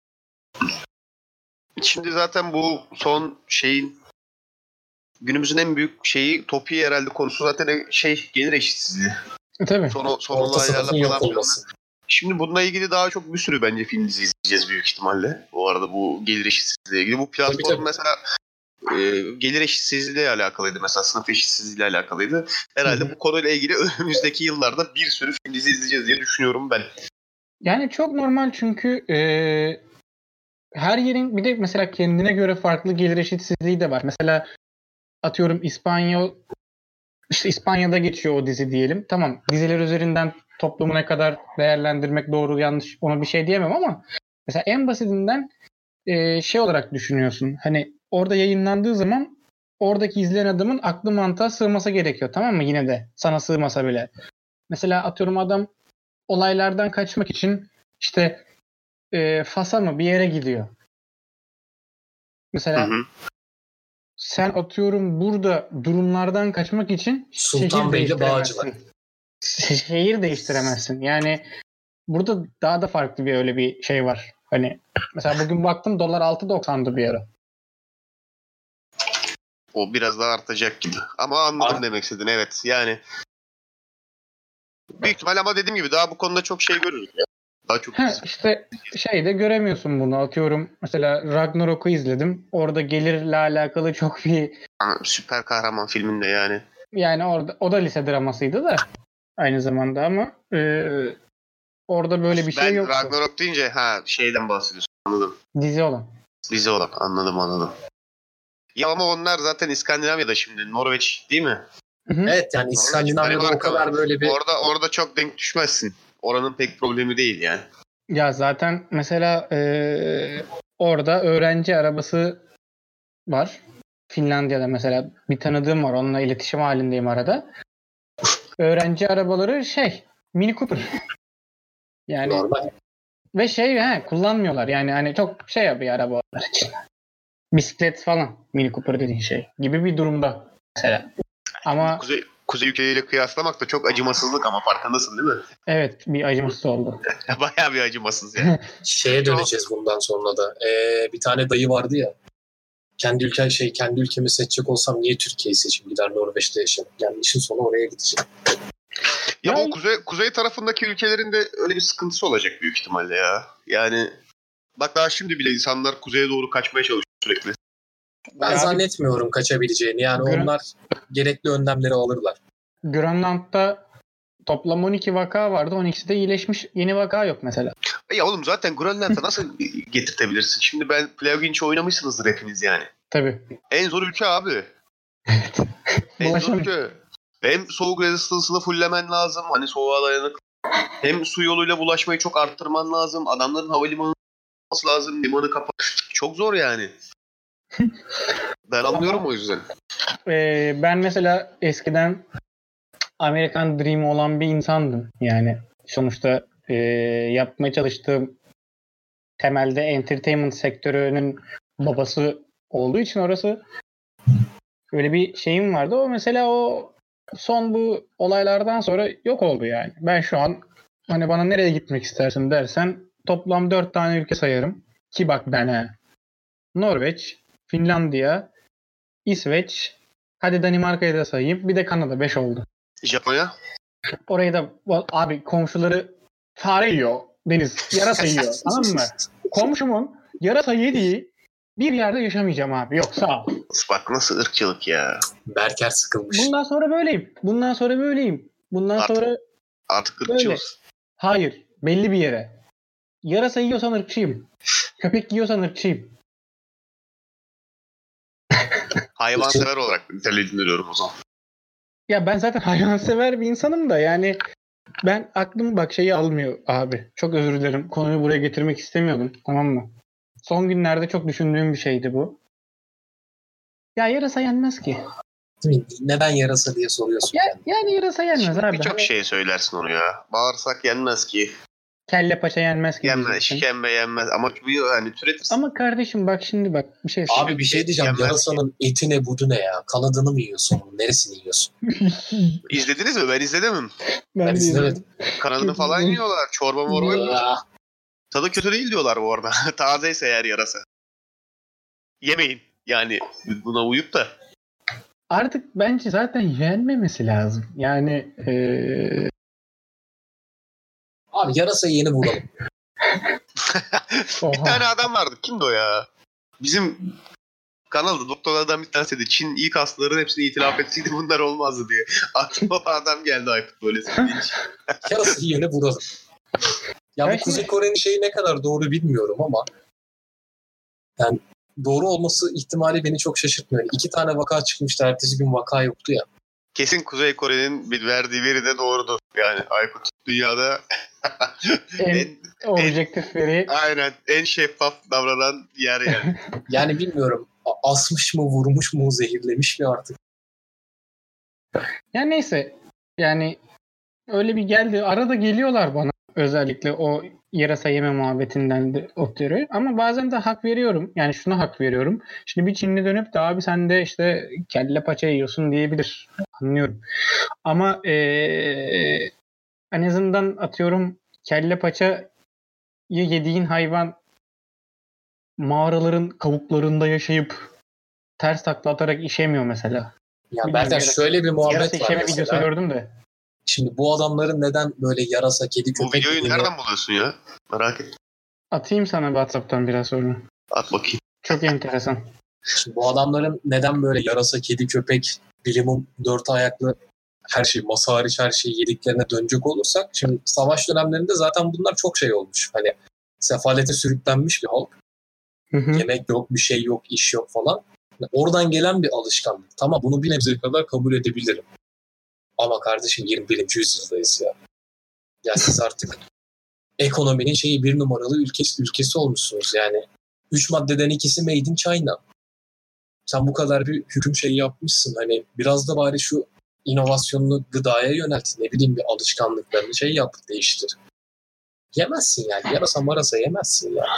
Şimdi zaten bu son günümüzün en büyük topiği herhalde konusu zaten gelir eşitsizliği. Tabii. Son olaylarla falan. Şimdi bununla ilgili daha çok bir sürü bence film dizi izleyeceğiz büyük ihtimalle. Bu arada bu gelir eşitsizliğiyle ilgili. Bu platform mesela gelir eşitsizliğiyle alakalıydı. Mesela sınıf eşitsizliğiyle alakalıydı. Herhalde bu konuyla ilgili önümüzdeki yıllarda bir sürü film dizi izleyeceğiz diye düşünüyorum ben. Yani çok normal çünkü her yerin bir de mesela kendine göre farklı gelir eşitsizliği de var. Mesela atıyorum İspanya'da geçiyor o dizi diyelim. Tamam, diziler üzerinden toplumu ne kadar değerlendirmek doğru yanlış ona bir şey diyemem ama mesela en basitinden olarak düşünüyorsun. Hani orada yayınlandığı zaman oradaki izleyen adamın aklı mantığa sığması gerekiyor, tamam mı? Yine de sana sığmasa bile. Mesela atıyorum adam olaylardan kaçmak için işte Fas'a mı bir yere gidiyor. Mesela sen atıyorum burada durumlardan kaçmak için şehir değiştiremezsin. Şehir değiştiremezsin. Yani burada daha da farklı bir öyle bir şey var. Hani mesela bugün baktım dolar 6.90'dı bir ara. O biraz daha artacak gibi. Ama anladım demek istedin. Evet yani. Büyük ihtimal ama dediğim gibi daha bu konuda çok şey görürüz ya. Daha çok işte şeyde göremiyorsun bunu. Atıyorum mesela Ragnarok'u izledim. Orada gelirle alakalı çok bir süper kahraman filminde yani. yani orada o da lise dramasıydı da aynı zamanda ama orada böyle bir şey yoktu. Ben Ragnarok deyince şeyden bahsediyorsun. Anladım. Dizi olan. Dizi olan. Anladım. Ya ama onlar zaten İskandinavya'da şimdi. Norveç değil mi? Hı-hı. Evet yani İskandinavya'da o kadar böyle bir... Orada çok denk düşmezsin. Oranın pek problemi değil yani. Ya zaten mesela orada öğrenci arabası var. Finlandiya'da mesela bir tanıdığım var. Onunla iletişim halindeyim arada. Öğrenci arabaları Mini Cooper. Yani Normal. Ve kullanmıyorlar. Yani hani çok bir araba onlar için. Bisiklet falan Mini Cooper dediğin şey gibi bir durumda mesela. Ama Kuzey ülkeleriyle kıyaslamak da çok acımasızlık ama farkındasın değil mi? evet bir acımasız oldu. Bayağı bir acımasız yani. Şeye döneceğiz bundan sonra da. Bir tane dayı vardı ya. Kendi ülkemi seçecek olsam niye Türkiye'yi seçeyim? Gider Norveç'te yaşarım. Yani işin sonu oraya gidecek. Ya bu kuzey tarafındaki ülkelerin de öyle bir sıkıntısı olacak büyük ihtimalle ya. Yani bak daha şimdi bile insanlar kuzeye doğru kaçmaya çalışıyor sürekli. Ben zannetmiyorum kaçabileceğini. Yani onlar gerekli önlemleri alırlar. Grönland'da toplam 12 vaka vardı. 12'si de iyileşmiş. Yeni vaka yok mesela. Ya oğlum zaten Grönland'a nasıl getirtebilirsin? Şimdi Plague Inch oynamışsınızdır hepiniz yani. Tabii. En zor ülke abi. En zor ülke. Hem soğuk rezistansını fulllemen lazım. Hani soğuğa dayanıklı. Hem su yoluyla bulaşmayı çok arttırman lazım. Adamların havalimanı olması lazım. Limanı kapat. Çok zor yani. Ben anlıyorum o yüzden. Ben mesela eskiden American Dream olan bir insandım. Yani sonuçta yapmaya çalıştığım temelde entertainment sektörünün babası olduğu için orası öyle bir şeyim vardı. O mesela son bu olaylardan sonra yok oldu yani. Ben şu an hani bana nereye gitmek istersin dersen toplam 4 tane ülke sayarım. Ki bak Norveç, Finlandiya, İsveç, hadi Danimarka'yı da sayayım. Bir de Kanada 5 oldu. Japonya? Orayı da abi komşuları fare yiyor. Deniz yarasa yiyor. Tamam mı? Komşumun yarasa yediği bir yerde yaşamayacağım abi. Yok sağ ol. Bak nasıl ırkçılık ya. Berker sıkılmış. Bundan sonra böyleyim. Artık böyle. ırkçıyız. Hayır. Belli bir yere. Yarasa yiyorsan ırkçıyım. Köpek yiyorsan ırkçıyım. Hayvansever olarak nitelendiriyorum o zaman. Ya ben zaten hayvansever bir insanım da yani ben aklım şeyi almıyor abi. Çok özür dilerim. Konuyu buraya getirmek istemiyordum. Tamam mı? Son günlerde çok düşündüğüm bir şeydi bu. Ya yarasa yenmez ki. Neden yarasa diye soruyorsun. Yani yarasa yenmez şimdi abi. Birçok şey söylersin onu ya. Bağırsak yenmez ki. Kelle paça yenmez ki. Yenmez, şikembe yenmez. Ama yani türetirsin. Ama kardeşim bak şimdi bir şey söyleyeyim. Abi bir şey diyeceğim. Yenmez Yarasanın eti ne budu ne ya? Kanadını mı yiyorsun? Neresini yiyorsun? İzlediniz mi? Ben izledim. Ben izlemedim. Kanadını falan yiyorlar. Çorba morba yiyorlar. Tadı kötü değil diyorlar bu arada. Tazeyse eğer yarasa. Yemeyin. Yani buna uyup da. Artık bence zaten yenmemesi lazım. Yani Abi yarasa yeni vuralım. Bir tane adam vardı. Kimdi o ya? Bizim kanalda doktorlardan bir tanesi dedi. Çin ilk hastaların hepsini itiraf etseydi bunlar olmazdı diye. Aklıma adam geldi Aykut böyle söyleyince. Yarasa yeni vuralım. Ya bu Kuzey Kore'nin şeyi ne kadar doğru bilmiyorum ama yani doğru olması ihtimali beni çok şaşırtmıyor. 2 tane vaka çıkmıştı. Ertesi gün vaka yoktu ya. Kesin Kuzey Kore'nin verdiği veri de doğrudur. Yani Aykut dünyada en objektif veri. Aynen. En şeffaf davranan yer yani. Yani bilmiyorum. Asmış mı, vurmuş mu, zehirlemiş mi artık? Yani neyse. Yani öyle bir geldi. Arada geliyorlar bana. Özellikle o yarasa yeme muhabbetinden de ötürü. Ama bazen de hak veriyorum. Yani şuna hak veriyorum. Şimdi bir Çinli dönüp de abi sen de işte kelle paça yiyorsun diyebilir. Anlıyorum. Ama en azından atıyorum kelle paçayı yediğin hayvan mağaraların kavuklarında yaşayıp ters takla atarak işemiyor mesela. Ya Berden şöyle bir muhabbet yarasa var işeme mesela. videosu gördüm de. Şimdi bu adamların neden böyle yarasa, kedi, Bu köpek videoyu dediğini... nereden buluyorsun ya? Merak ettim. Atayım sana WhatsApp'tan biraz sonra. At bakayım. Çok enteresan. Şimdi bu adamların neden böyle yarasa, kedi, köpek, bilimum, dört ayaklı her şey, masa hariç her şeyi yediklerine dönecek olursak, şimdi savaş dönemlerinde zaten bunlar çok şey olmuş. Hani sefalete sürüklenmiş bir halk. Hı hı. Yemek yok, bir şey yok, iş yok falan. Oradan gelen bir alışkanlık. Tamam, bunu bir nebze kadar kabul edebilirim. Ama kardeşim 21. yüzyıldayız ya. Ya siz artık ekonominin bir numaralı ülkesi olmuşsunuz. Yani 3 maddeden ikisi Made in China. Sen bu kadar bir hüküm yapmışsın. Hani biraz da bari şu inovasyonunu gıdaya yönelt. Ne bileyim, bir alışkanlıklarını yap, değiştir. Yemezsin yani. Yarasa marasa yemezsin ya.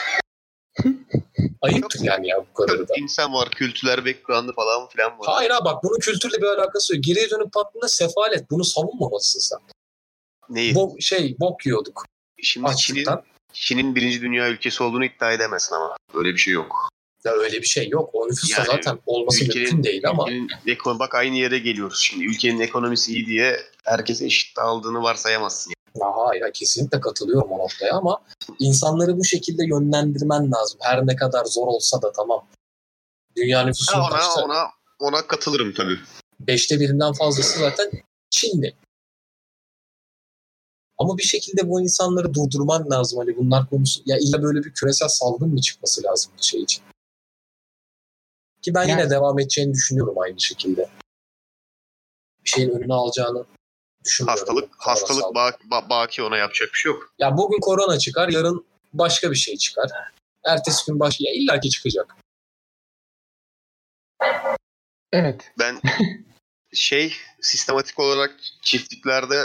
Ayıptır yani ya bu kadarı da. İnsan var, kültürler background'ı falan filan var. Hayır ha, bak bunun kültürle bir alakası yok. Geriye dönüp baktığında sefalet. Bunu savunmamalısın sen. Neyi? Bok yiyorduk. Şimdi Çin'in birinci dünya ülkesi olduğunu iddia edemezsin ama. Öyle bir şey yok. Ya öyle bir şey yok. O nüfusta Yani zaten olması mümkün değil ama. Bak aynı yere geliyoruz şimdi. Ülkenin ekonomisi iyi diye herkese eşit dağıldığını varsayamazsın. Ya hayır, kesinlikle katılıyorum o noktaya ama insanları bu şekilde yönlendirmen lazım. Her ne kadar zor olsa da tamam. Dünya nüfusunun kaçta? Ona katılırım tabii. 1/5'inden fazlası zaten Çin'de. Ama bir şekilde bu insanları durdurman lazım. Hani bunlar konusu. Ya illa böyle bir küresel salgın mı çıkması lazım bu şey için? Ki ben yine devam edeceğini düşünüyorum aynı şekilde. Bir şeyin önüne alacağını düşünmüyorum. Hastalık baki, ona yapacak bir şey yok. Ya bugün korona çıkar, yarın başka bir şey çıkar. Ertesi gün başka, ya illaki çıkacak. Evet. Ben sistematik olarak çiftliklerde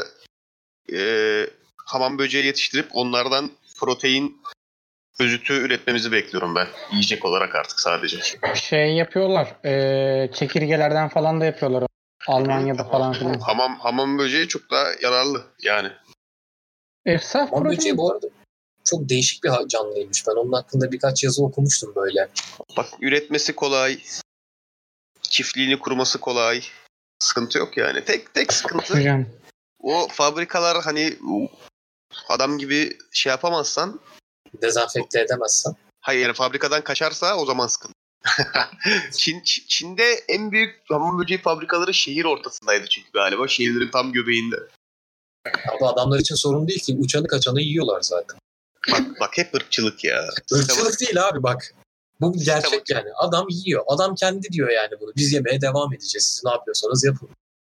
hamam böceği yetiştirip onlardan protein özütü üretmemizi bekliyorum ben. Yiyecek olarak artık sadece. Yapıyorlar. Çekirgelerden falan da yapıyorlar. Almanya'da falan filan. Hamam böceği çok daha yararlı yani. Saf Hamam protein. böceği bu arada çok değişik bir canlıymış. Ben onun hakkında birkaç yazı okumuştum böyle. Bak, üretmesi kolay. Çiftliğini kurması kolay. Sıkıntı yok yani. Tek sıkıntı Hocam. o fabrikalar, hani adam gibi yapamazsan, dezenfekte edemezsen. Hayır, yani fabrikadan kaçarsa o zaman sıkıntı. Çin'de en büyük hamam böceği fabrikaları şehir ortasındaydı çünkü galiba. Şehirlerin tam göbeğinde. Abi adamlar için sorun değil ki. Uçanı kaçanı yiyorlar zaten. Bak hep ırkçılık ya. Irkçılık değil abi bak. Bu gerçek yani. Adam yiyor. Adam kendi diyor yani bunu. Biz yemeye devam edeceğiz. Siz ne yapıyorsanız yapın.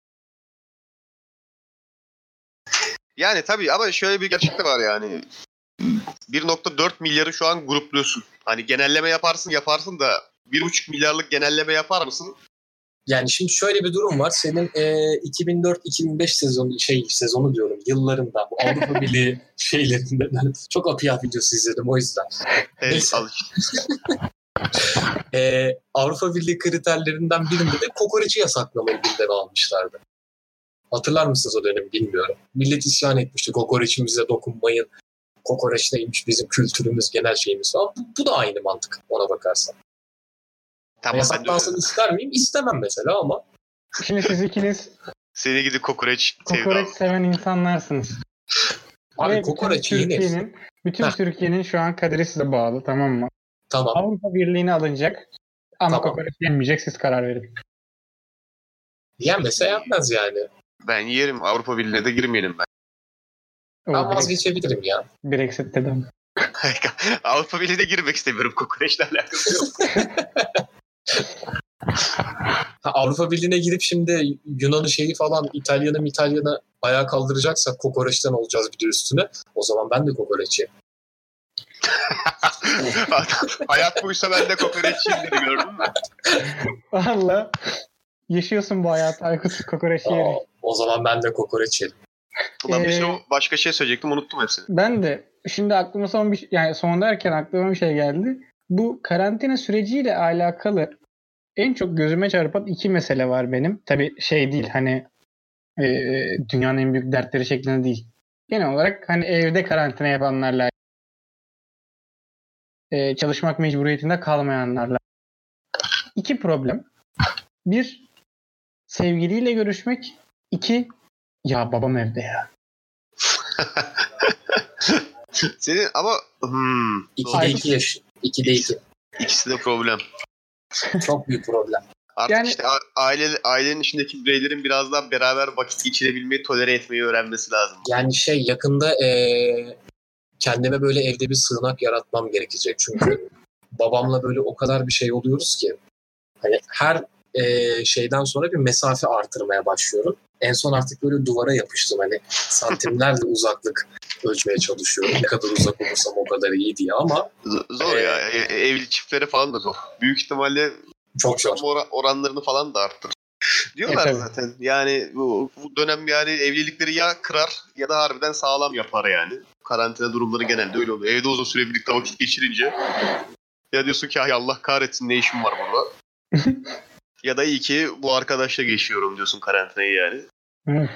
Yani tabii ama şöyle bir gerçek de var yani. 1.4 milyarı şu an grupluyorsun. Hani genelleme yaparsın da 1.5 milyarlık genelleme yapar mısın? Yani şimdi şöyle bir durum var. Senin 2004-2005 sezonu diyorum yıllarında bu Avrupa Birliği şeylerinde çok apiyah videosu izledim o yüzden. Evet, Avrupa Birliği kriterlerinden birinde de kokoreçi yasaklamayı gündeme almışlardı. Hatırlar mısınız o dönemi bilmiyorum. Millet isyan etmişti. Kokoreçimize dokunmayın. Kokoreç neymiş, bizim kültürümüz, genel şeyimiz falan. Bu da aynı mantık ona bakarsan. Tamam, yasaklansın ister miyim? İstemem mesela ama. Şimdi siz ikiniz seni gidip kokoreç seven insanlarsınız. Abi kokoreç yenir. Bütün Türkiye'nin şu an kaderi size bağlı, tamam mı? Tamam. Avrupa Birliği'ne alınacak ama tamam. Kokoreç yenmeyecek, siz karar verin. Yenmese yenmez yani. Ben yerim, Avrupa Birliği'ne de girmeyelim ben. Ben vazgeçebilirim ya. Brexit dedim. Avrupa Birliği'ne girmek istemiyorum. Kokoreçle alakası yok. Avrupa Birliği'ne girip şimdi Yunan'ı falan İtalyan'ı ayağa kaldıracaksak kokoreçten olacağız bir de üstüne. O zaman ben de kokoreç yerim. Hayat buysa ben de kokoreççiyim dedi, gördün mü? Valla yaşıyorsun bu hayatı Aykut, kokoreç yeri. O zaman ben de kokoreç yerim. Ulan bir sürü başka şey söyleyecektim, unuttum hepsini. Ben de şimdi aklıma son derken aklıma bir şey geldi. Bu karantina süreciyle alakalı en çok gözüme çarpan iki mesele var benim. Tabii değil, hani dünyanın en büyük dertleri şeklinde değil. Genel olarak hani evde karantina yapanlarla, çalışmak mecburiyetinde kalmayanlarla iki problem. Bir, sevgiliyle görüşmek. İki, ya babam evde ya. Senin ama 2'de 2 yaş. 2'de 2. İkisi de problem. Çok büyük problem. Artık Yani- işte ailenin içindeki bireylerin biraz daha beraber vakit geçirebilmeyi, tolere etmeyi öğrenmesi lazım. Yani yakında kendime böyle evde bir sığınak yaratmam gerekecek. Çünkü babamla böyle o kadar bir şey oluyoruz ki hani her şeyden sonra bir mesafe artırmaya başlıyorum. En son artık böyle duvara yapıştım, hani santimlerle uzaklık ölçmeye çalışıyorum. Ne kadar uzak olursam o kadar iyi diye, ama Zor ya. Evli çiftlere falan da zor. Büyük ihtimalle çok zor. oranlarını falan da arttırır. Diyorlar tabii. zaten. Yani bu dönem yani evlilikleri ya kırar ya da harbiden sağlam yapar yani. Karantina durumları genelde öyle oluyor. Evde uzun süre birlikte vakit geçirince ya diyorsun ki ay Allah kahretsin, ne işim var burada. Ya da iyi ki bu arkadaşla geçiyorum diyorsun karantinayı yani. Evet.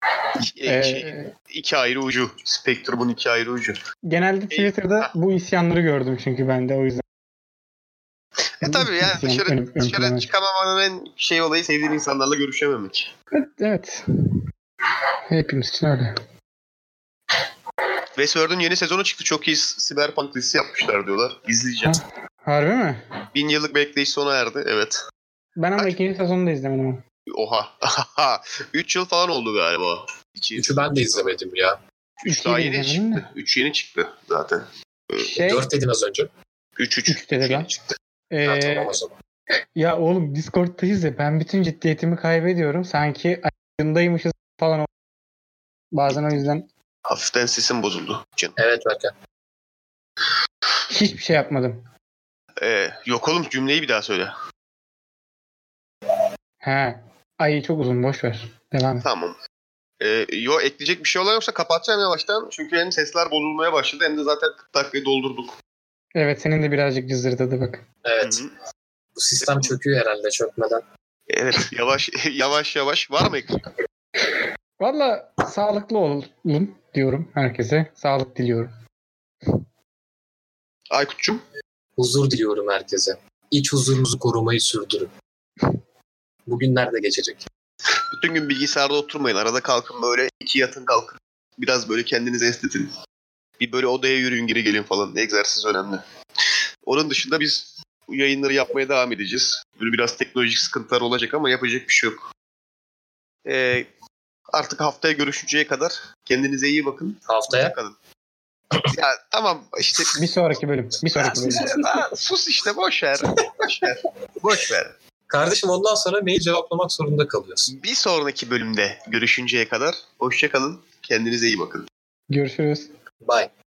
İki ayrı ucu. Spektrumun iki ayrı ucu. Genelde Twitter'da bu isyanları gördüm çünkü ben de o yüzden. Tabii yani İsyan ön dışarı plana. çıkamamanın en olayı sevdiğin insanlarla görüşememek. Evet. Hepimiz için öyle. Westworld'un yeni sezonu çıktı. Çok iyi Cyberpunk dizisi yapmışlar diyorlar. İzleyeceğim. Harbi mi? 1000 yıllık bekleyiş sona erdi. Evet. Ben ama ikinci sezonu da izlemedim ama. Oha. 3 yıl falan oldu galiba. 3'ü ben de izlemedim ya. 3 daha İkiyi de yeni izlemedim çıktı. 3 yeni çıktı zaten. 4 dedin az önce. 3 dedi lan. yeni çıktı. Tamam o zaman. Ya oğlum Discord'tayız ya, ben bütün ciddiyetimi kaybediyorum. Sanki ayındaymışız falan. Bazen o yüzden Hafiften sesim bozuldu. Canım. Evet Berkan. hiçbir şey yapmadım. Yok oğlum, cümleyi bir daha söyle. He. Ay çok uzun, boş ver. Devam et. Tamam. Ekleyecek bir şey olan yoksa kapatacağım yavaştan. Çünkü hem sesler bozulmaya başladı hem de zaten 40 dakikayı doldurduk. Evet, senin de birazcık cızırdadı bak. Evet. Hı-hı. Bu sistem çöküyor herhalde çökmeden. Evet, yavaş. Var mı ekran? Valla sağlıklı olun diyorum herkese. Sağlık diliyorum. Aykut'cum? Huzur diliyorum herkese. İç huzurunuzu korumayı sürdürün. Bugünler de geçecek. Bütün gün bilgisayarda oturmayın. Arada kalkın, böyle 2 yatın kalkın. Biraz böyle kendinizi estetin. Bir böyle odaya yürüyün, geri gelin falan. Egzersiz önemli. Onun dışında biz bu yayınları yapmaya devam edeceğiz. Böyle biraz teknolojik sıkıntılar olacak ama yapacak bir şey yok. Artık haftaya görüşünceye kadar kendinize iyi bakın. Haftaya? Kalın. Ya tamam işte. Bir sonraki bölüm. Sus işte, boş ver. Kardeşim ondan sonra mail cevaplamak zorunda kalıyorsun. Bir sonraki bölümde görüşünceye kadar hoşça kalın. Kendinize iyi bakın. Görüşürüz. Bye.